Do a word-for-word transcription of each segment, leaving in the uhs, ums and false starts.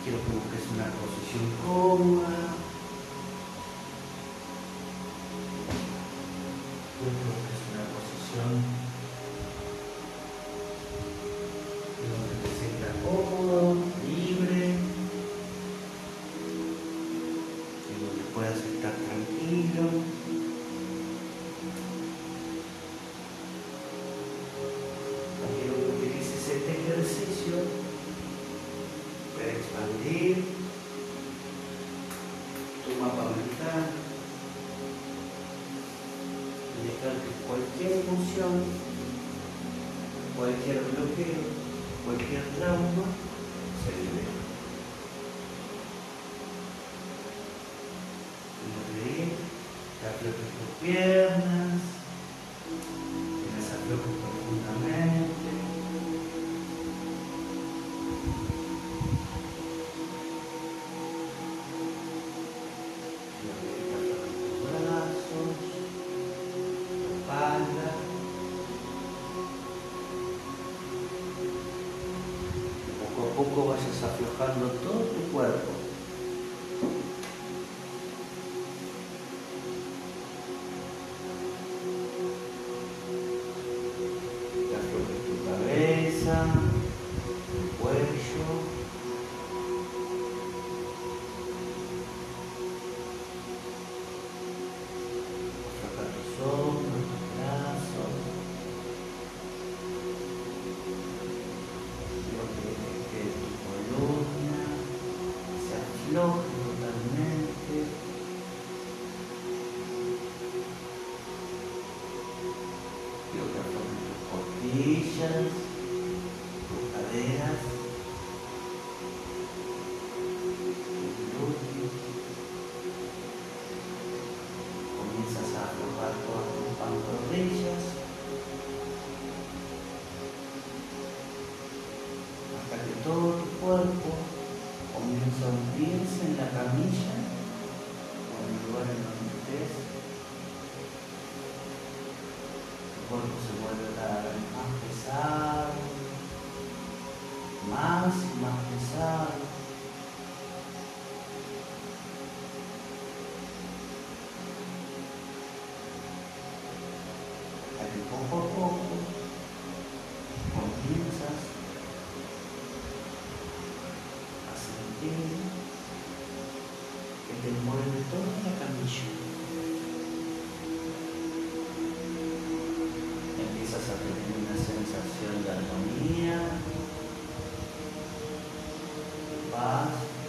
Quiero que busques una posición cómoda. Quiero que busques una posición en donde te sientas cómodo, libre, en donde puedas estar tranquilo. Quiero que utilices este ejercicio para expandir tu mapa mental y dejar que cualquier emoción, cualquier bloqueo, cualquier trauma se libere. Muy bien, te aflojes tus piernas, te las aflojes profundamente. Poco a poco vayas aflojando todo tu cuerpo. Que aflojes tu cabeza, tu cuello. Afloja tus hombros, tus brazos. Que tu columna se afloje totalmente. Quiero que aflojes tus costillas, tus caderas, tus glúteos. Comienzas a aflojar todas tus pantorrillas. Hasta que todo tu cuerpo comienza a hundirse en la camilla o en el lugar en donde estés. Tu cuerpo se vuelve cada vez más pesado, más y más pesado. Hasta que poco a poco comienzas que te envuelve toda la camilla. Empiezas a tener una sensación de armonía, de paz,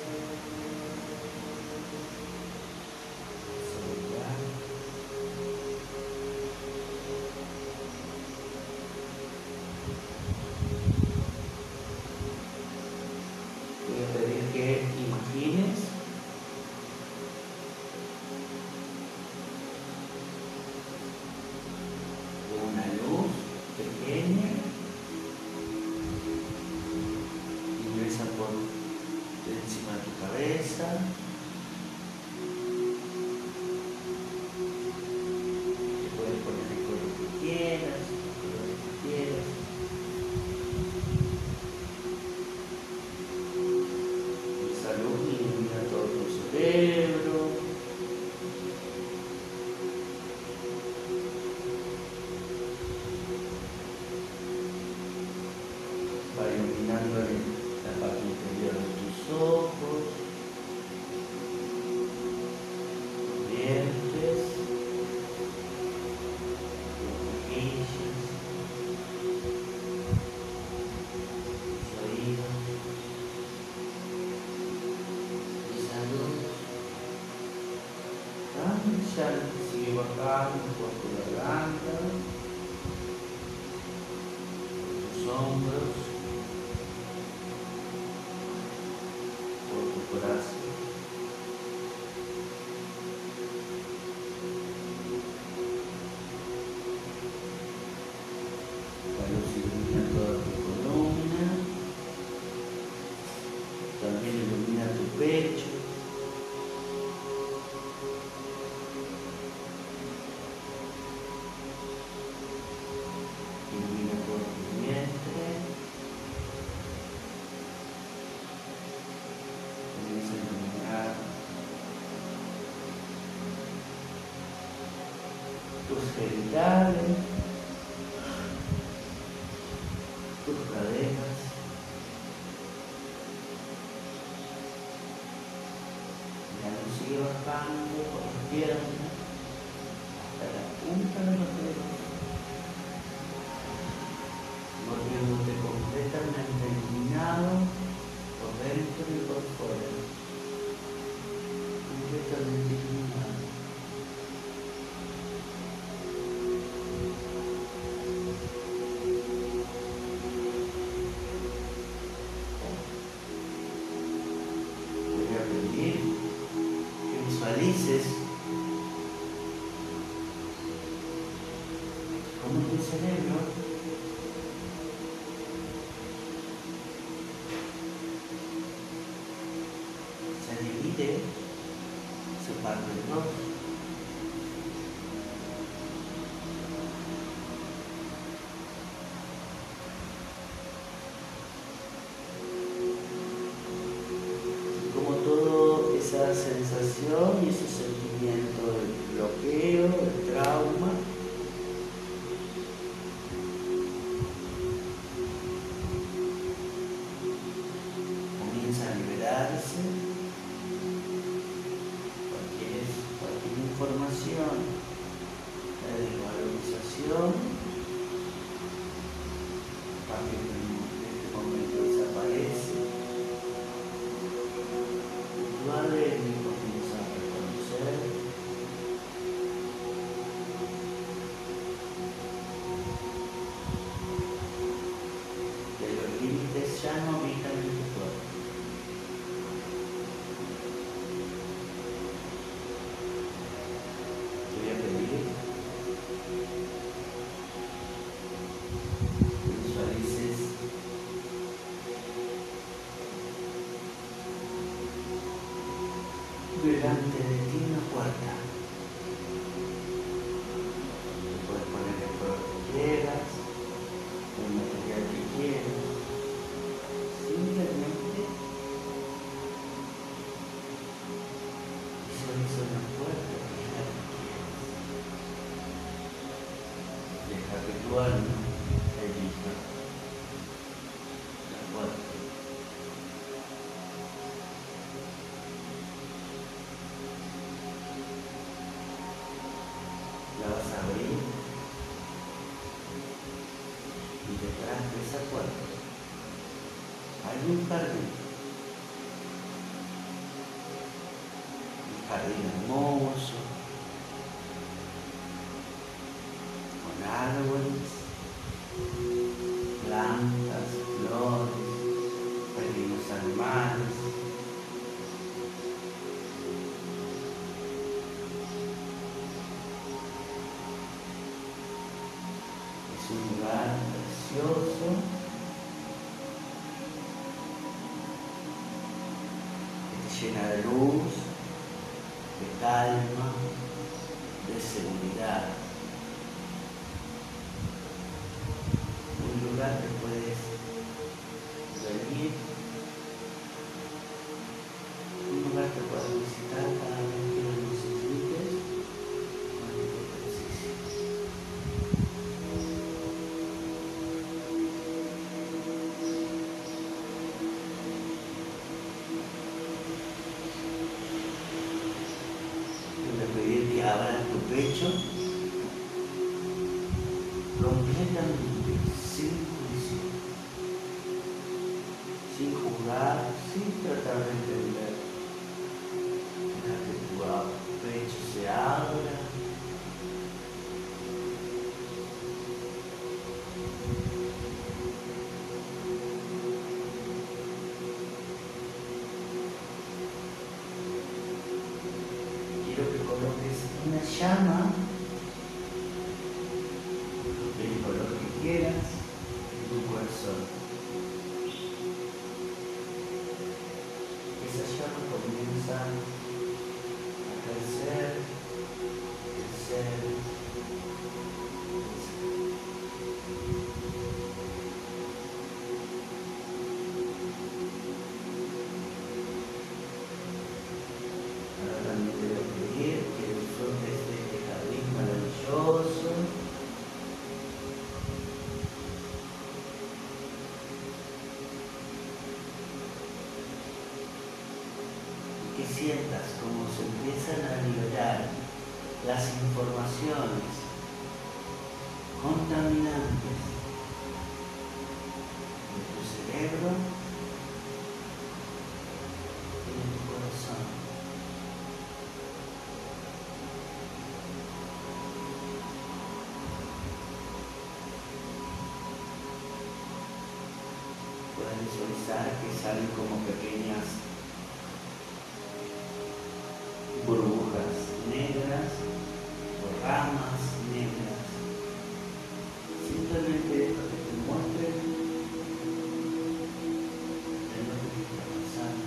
seguridad. Voy a pedir que imagines una luz pequeña, ingresa por encima de tu cabeza, te puedes poner el color que quieras, el color que quieras. Esa luz ilumina todo tu cerebro. Va iluminando la parte interior de tus ojos, tus dientes, tus mejillas, tus oídos. Y esa luz ya sigue bajando por tu garganta, por tus hombros, por tu corazón. La luz ilumina toda tu columna, también ilumina tu pecho. Ilumina todo tu vientre. genitales, tus caderas, ya no sigue bajando por las piernas hasta la punta de los dedos, volviéndote completamente iluminado por dentro y por fuera, completamente iluminado. Voy a pedir que visualices cómo tu cerebro se divide, se parte en dos. Y como toda esa sensación y ese sentimiento de bloqueo, de trauma, comienza a liberarse. Cualquier, cualquier información de desvalorización a partir de este momento desaparece. Tu A D N comienza a reconocer que los límites ya no habitan en tu cuerpo. Voy a pedir que visualices delante de ti una puerta. Te puedes poner el color que quieras, el material que quieras. Simplemente visualiza una puerta que es la que quieres. Deja que tu alma elija la puerta. La vas a abrir y detrás de esa puerta hay un jardín. Un jardín hermoso, con árboles, plantas, flores, pequeños animales. Es un lugar precioso que te llena de luz, de calma, de seguridad. Un lugar que puedes venir, un lugar que puedes visitar cada vez que lo necesites cuando lo precises. Voy a pedir que abras tu pecho completamente, sin juicio, sin juzgar, sin tratar de entender. Deja que tu pecho se abra. Quiero que coloques una llama del color que quieras en tu corazón. Esa llama comienza a crecer, crecer, crecer. Ahora también te voy a pedir que disfrutes de este jardín. que sientas como se empiezan a liberar las informaciones contaminantes de tu cerebro y de tu corazón. Puedes visualizar que salen como pequeñas burbujas negras o ramas negras. Simplemente para que te muestre de lo que está pasando.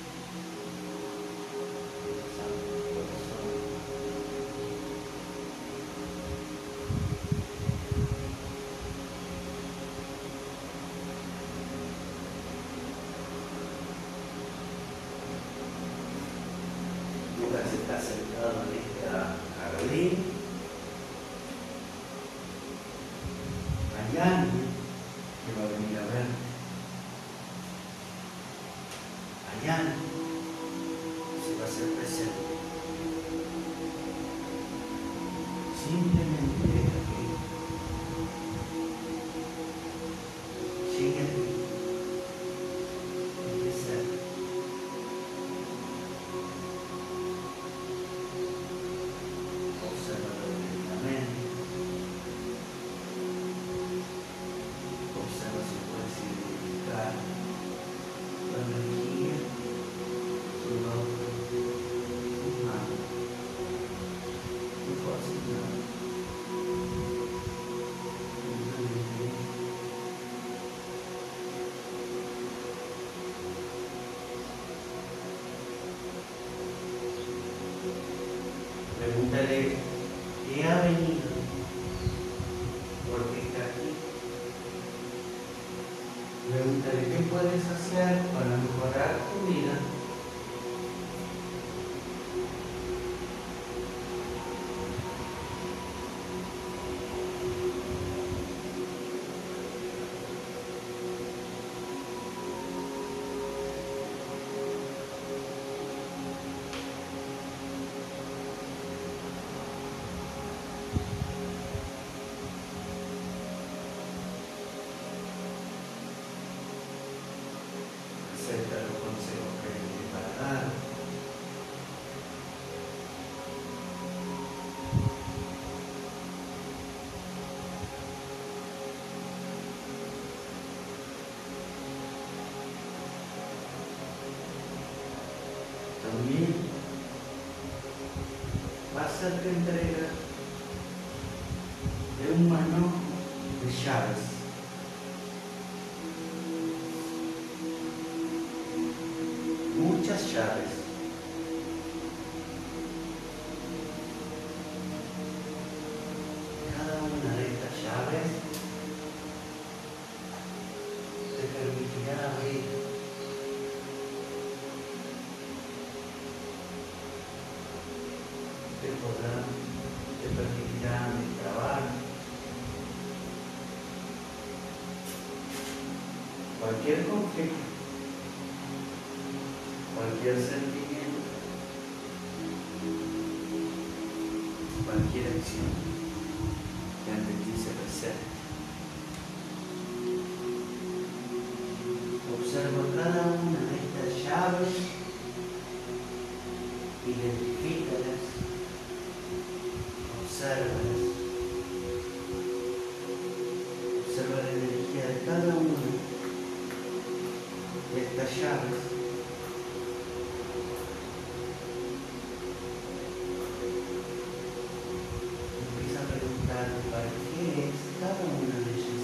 Pasando en tu corazón. Lucas está sentado en esta jardín. Hay alguien que va a venir a ver. Hay alguien que se va a hacer presente. Simplemente deja que llegue a ti y que sea. Obsérvalo lentamente. Observa si puedes identificar la energía, tu rostro, tu mano, tu cocina, lentamente. Pregúntale qué ha venido, por qué está aquí. Pregúntale qué puedes hacer para mejorar tu vida. Acepta los consejos que Él te va a dar. También va a hacerte entrega de un manojo de llaves. Muchas llaves. Cada una de estas llaves te permitirá abrir te podrá, te permitirá destrabar cualquier conflicto, cualquier sentimiento, cualquier acción que ante ti se presente. Observa cada una de estas llaves, identifícalas, obsérvalas, observa la energía de cada una de estas llaves. Empieza a preguntarte para qué es cada una de ellas,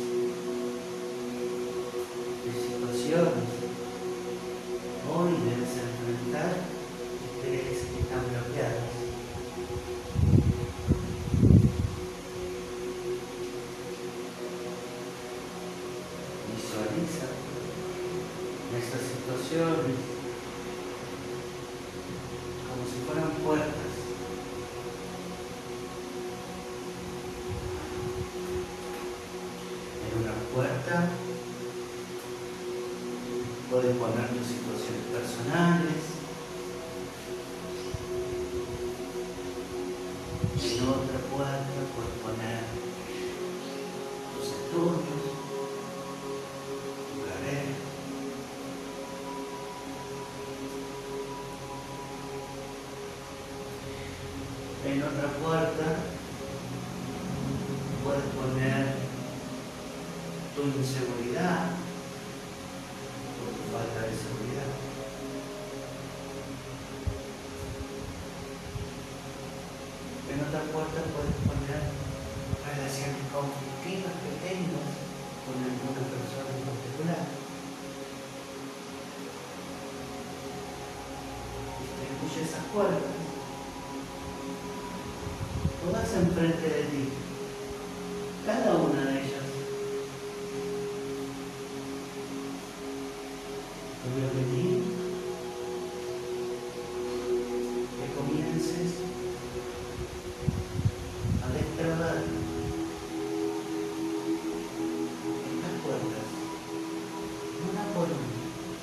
de situaciones hoy debes enfrentar y crees que están bloqueadas. Visualiza estas situaciones como si fueran puertas. En una puerta puedes poner tus situaciones personales, En otra puerta puedes poner tus estudios, tu carrera. En otra puerta puedes poner tu inseguridad o tu falta de seguridad. En otra puerta puedes poner relaciones conflictivas que tengas con alguna persona en particular. Distribuye esas puertas, todas enfrente de ti, cada una de ellas. Te voy a pedir que comiences a destrabar estas puertas, una por una.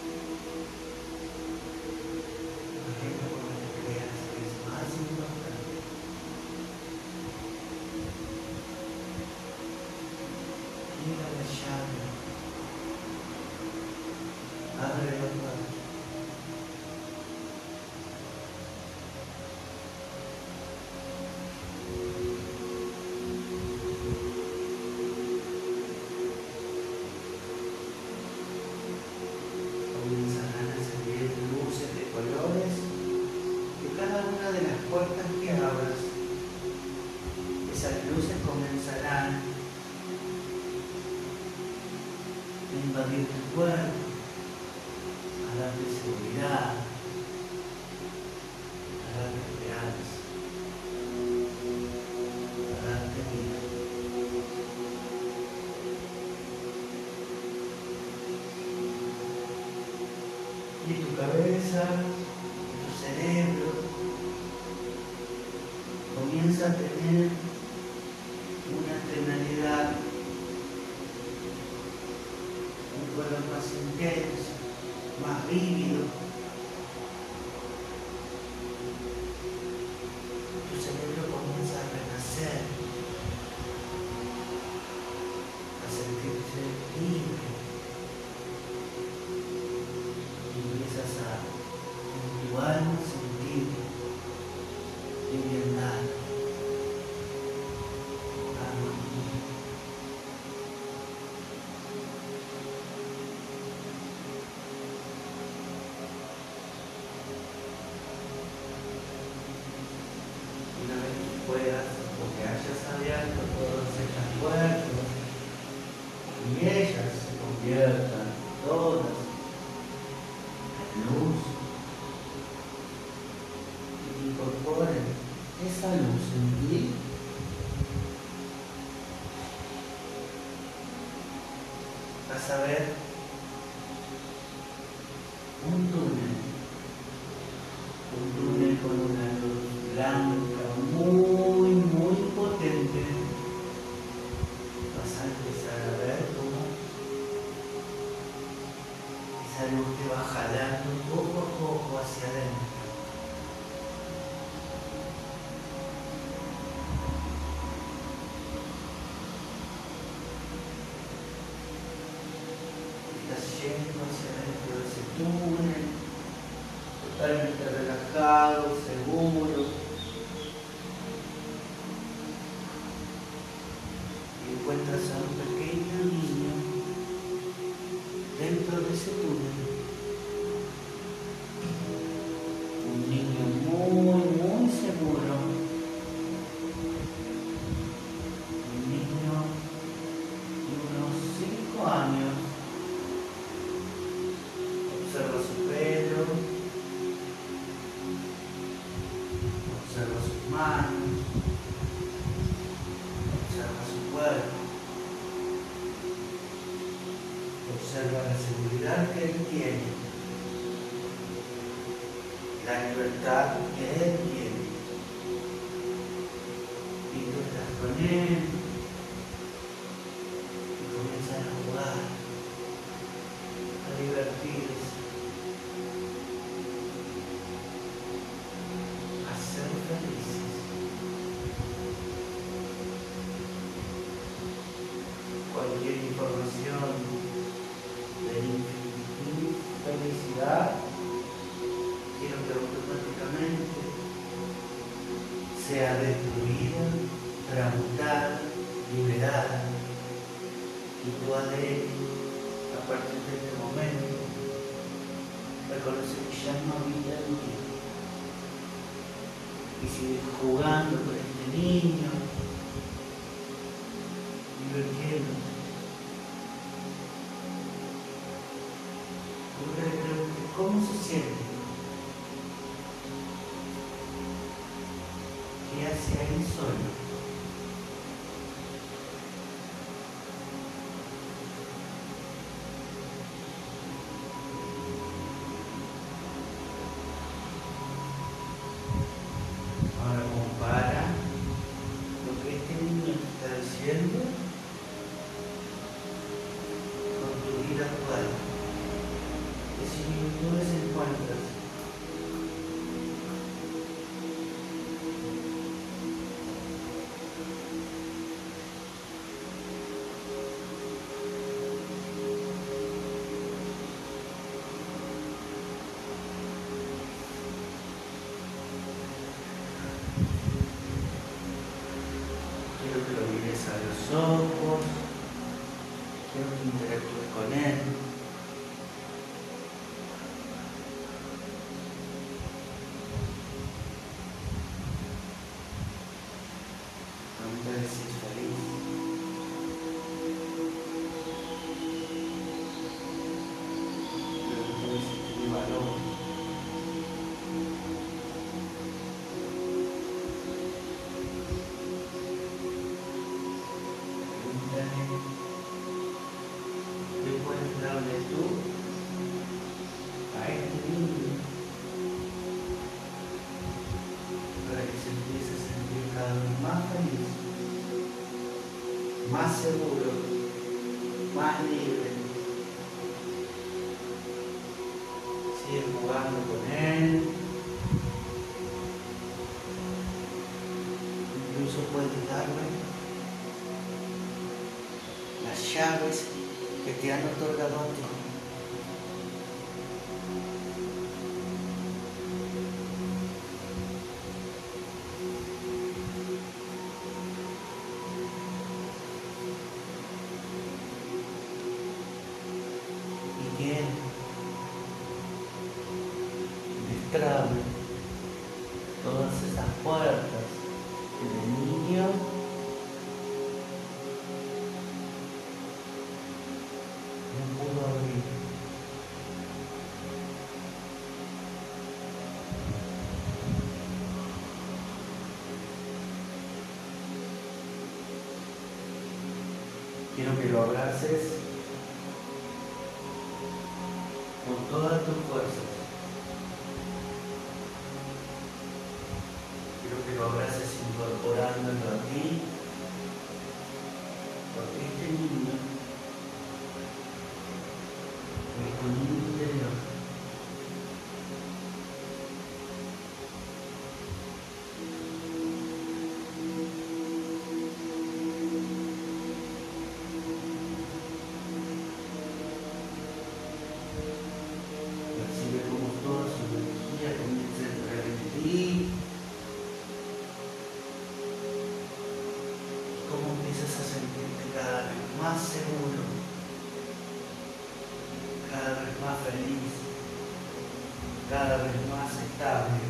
Aquella por la que creas que es más importante. Gira la llave, abre la puerta. Comienzan a salir luces de colores de cada una de las puertas que abras. Esas luces comenzarán a invadir tu cuerpo, a darte seguridad, a darte esperanza, a darte vida. Y tu cabeza, y tu cerebro comienza a tener una tonalidad, un color más intenso, más vívido. Tu cerebro comienza a renacer, a sentirse libre. Y empiezas a, en tu alma, sentir liviandad, armonía. Una vez que puedas, o que hayas abierto todas estas puertas, y ellas se conviertan todas en luz, y incorporen esa luz en ti, vas a ver un túnel, un túnel con una luz blanca, muy, muy potente. Vas a empezar a ver cómo esa luz te va jalando poco a poco hacia adentro. Estás yendo hacia adentro de ese túnel, totalmente relajado, seguro. Y encuentras a un pequeño niño dentro de ese túnel. Un niño muy, muy seguro. Un niño de unos cinco años. Observa su pelo, observa sus manos, observa su cuerpo, observa la seguridad que él tiene, la libertad que él tiene. Y tú estás con él y comienzan a jugar, a divertirse, a ser felices. abre tu vida, transmutada, liberada, y tu A D N, a partir de este momento, reconoce que ya no habita en ti. Y sigues jugando con este niño, divirtiéndote. Tú le preguntas, ¿cómo se siente? ¿Qué hace ahí solo? Ahora compara lo que este niño te está diciendo con tu vida actual. ¿Qué similitudes encuentras? Quiero que lo mires a los ojos, quiero que interactúes con él. Pregúntale si es feliz. Pregúntale si tiene valor. ¿Qué puedes darle tú a este niño para que se empiece a sentir cada vez más feliz, más seguro, más libre? Sigue jugando con él. Incluso puedes darle las llaves que te han otorgado a ti. Y que él destrabe todas esas puertas que de niño no pudo abrir. Quiero que lo abraces con todas tus fuerzas. Quiero que lo abraces incorporándolo a ti, porque este niño es tu niño interior. Percibe como toda su energía comienza a entrar en ti. Cómo empiezas a sentirte cada vez más seguro, cada vez más feliz, cada vez más estable.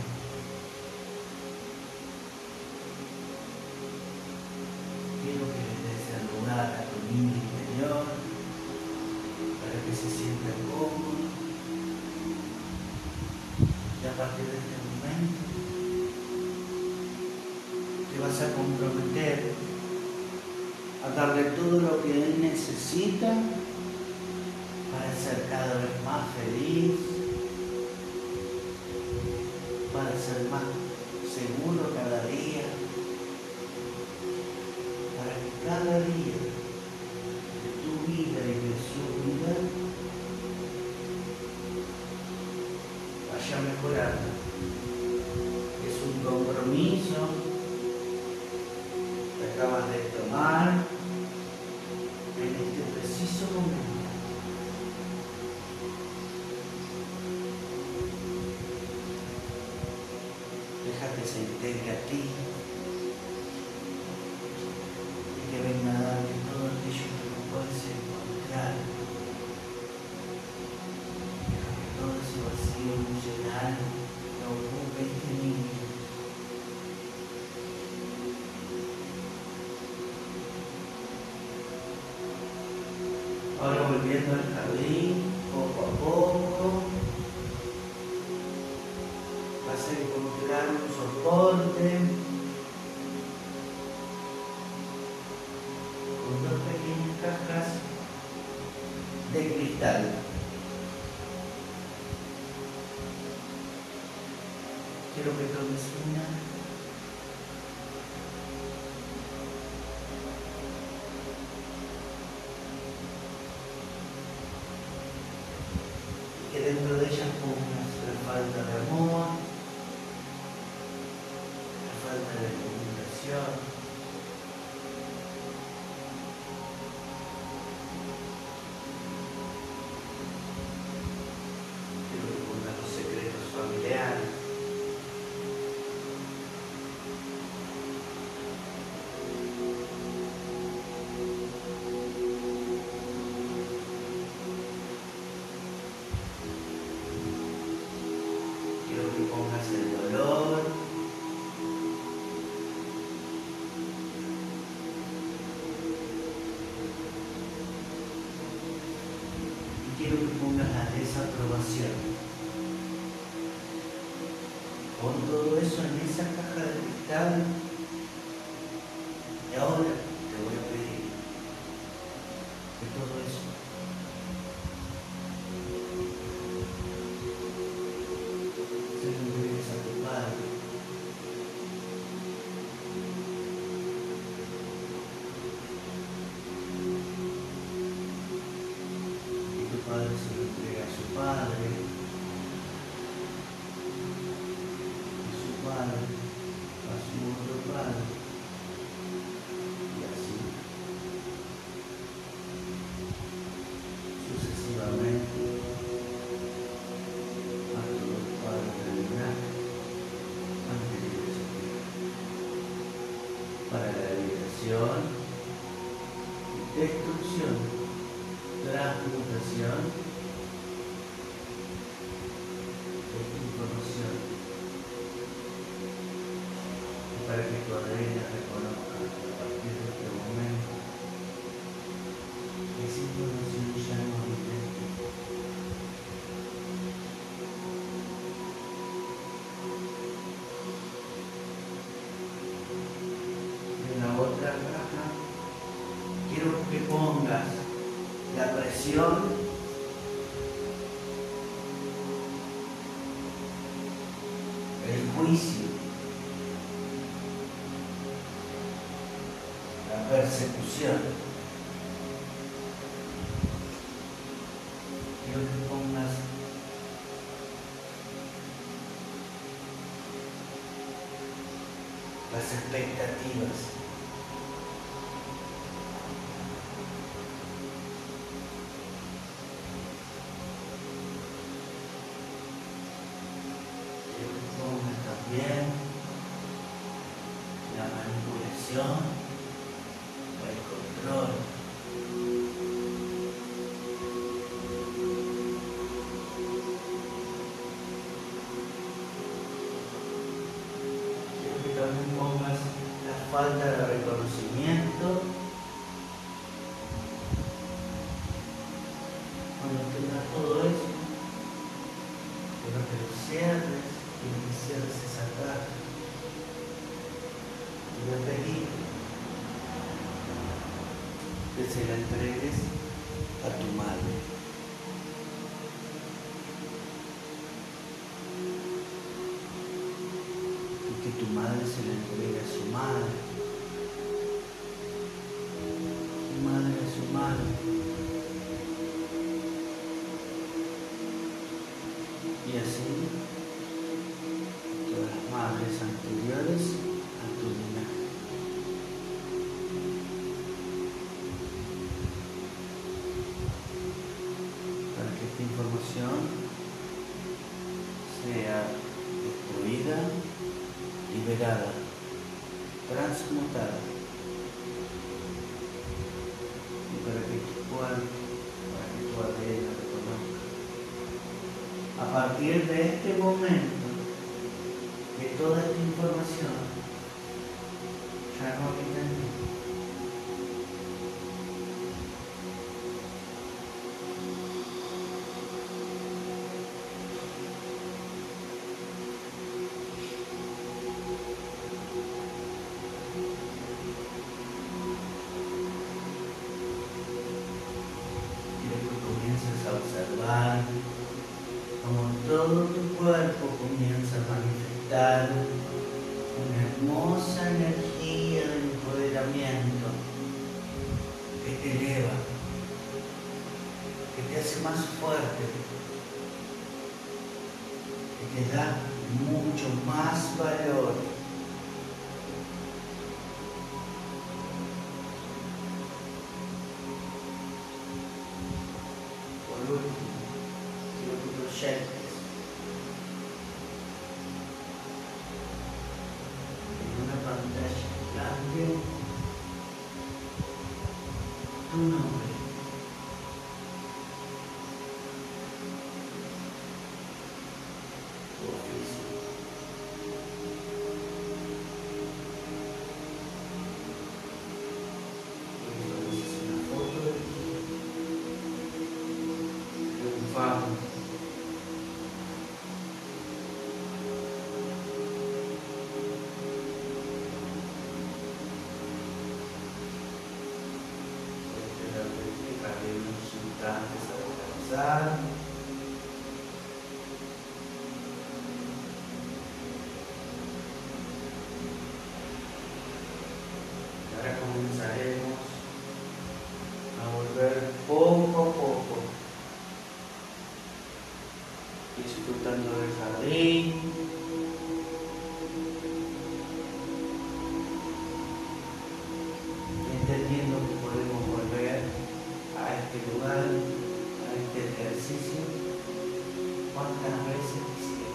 Quiero que le des el lugar a tu niño interior para que se sienta cómodo. Y a partir de este momento te vas a comprometer a darle todo lo que él necesita para ser cada vez más feliz, para ser más seguro cada día, para que cada día de tu vida y de su vida vaya mejorando. Es un compromiso que acabas de tomar en este preciso momento. Deja que se integre a ti. que venga a darle todo aquello que no puedes encontrar. Deja que todo ese vacío emocional lo ocupe este niño. Ahora volviendo al jardín, poco a poco, vas a encontrar un soporte con dos pequeñas cajas de cristal. Quiero que tomes una. Que dentro de ellas pongas la falta de amor, la falta de comunicación, quiero que pongas los secretos familiares, pongas el dolor, y quiero que pongas la desaprobación. Pon todo eso en esa caja de cristal y ahora te voy a pedir que todo eso se lo entregues a tu padre. Y tu padre se lo entrega a su padre. Y su padre a su otro padre. Y así sucesivamente a todos los padres de la linaje anteriores a ti. Para la liberación y destrucción, transmutación de información, y para que tu A D N reconozca a partir de este momento que esa información ya no habita en ti. En la otra caja quiero que pongas la presión, el juicio, la persecución. Quiero que pongas las expectativas. Quiero que pongas también la manipulación, el control. Quiero que también pongas la falta de reconocimiento. Cuando tengas todo eso, quiero que lo cierres, quiero que cierres esa caja. Te voy a pedir que se la entregues a tu madre. Y que tu madre se la entregue a su madre. Su madre a su madre. Y así todas las madres anteriores a tu linaje. Para que esta información sea destruida, liberada, transmutada A partir de este momento, de toda esta información, ya no habita en mí. Observar como todo tu cuerpo comienza a manifestar una hermosa energía de empoderamiento que te eleva, que te hace más fuerte, que te da mucho más valor. Por último, quiero que proyectes en una pantalla grande tu nombre, tu oficio, visualices una foto de ti, triunfando. Dejaré unos instantes a descansar. Y ahora comenzaremos a volver poco a poco, disfrutando del jardín, entendiendo que podemos volver a este lugar, a este ejercicio, cuantas veces quisiera.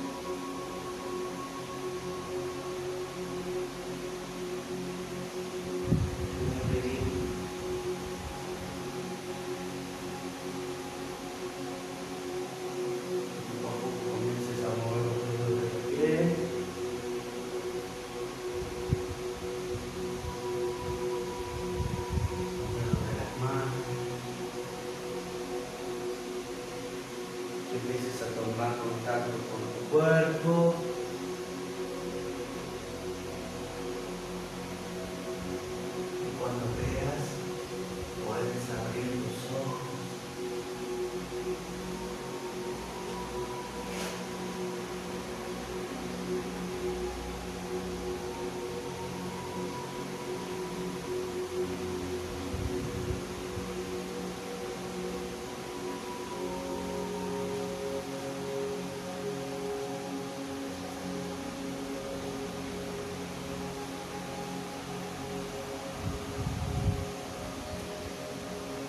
Te voy a pedir que poco a poco comiences a mover los dedos de los pies, los dedos de las manos. Que empieces a tomar contacto con tu cuerpo.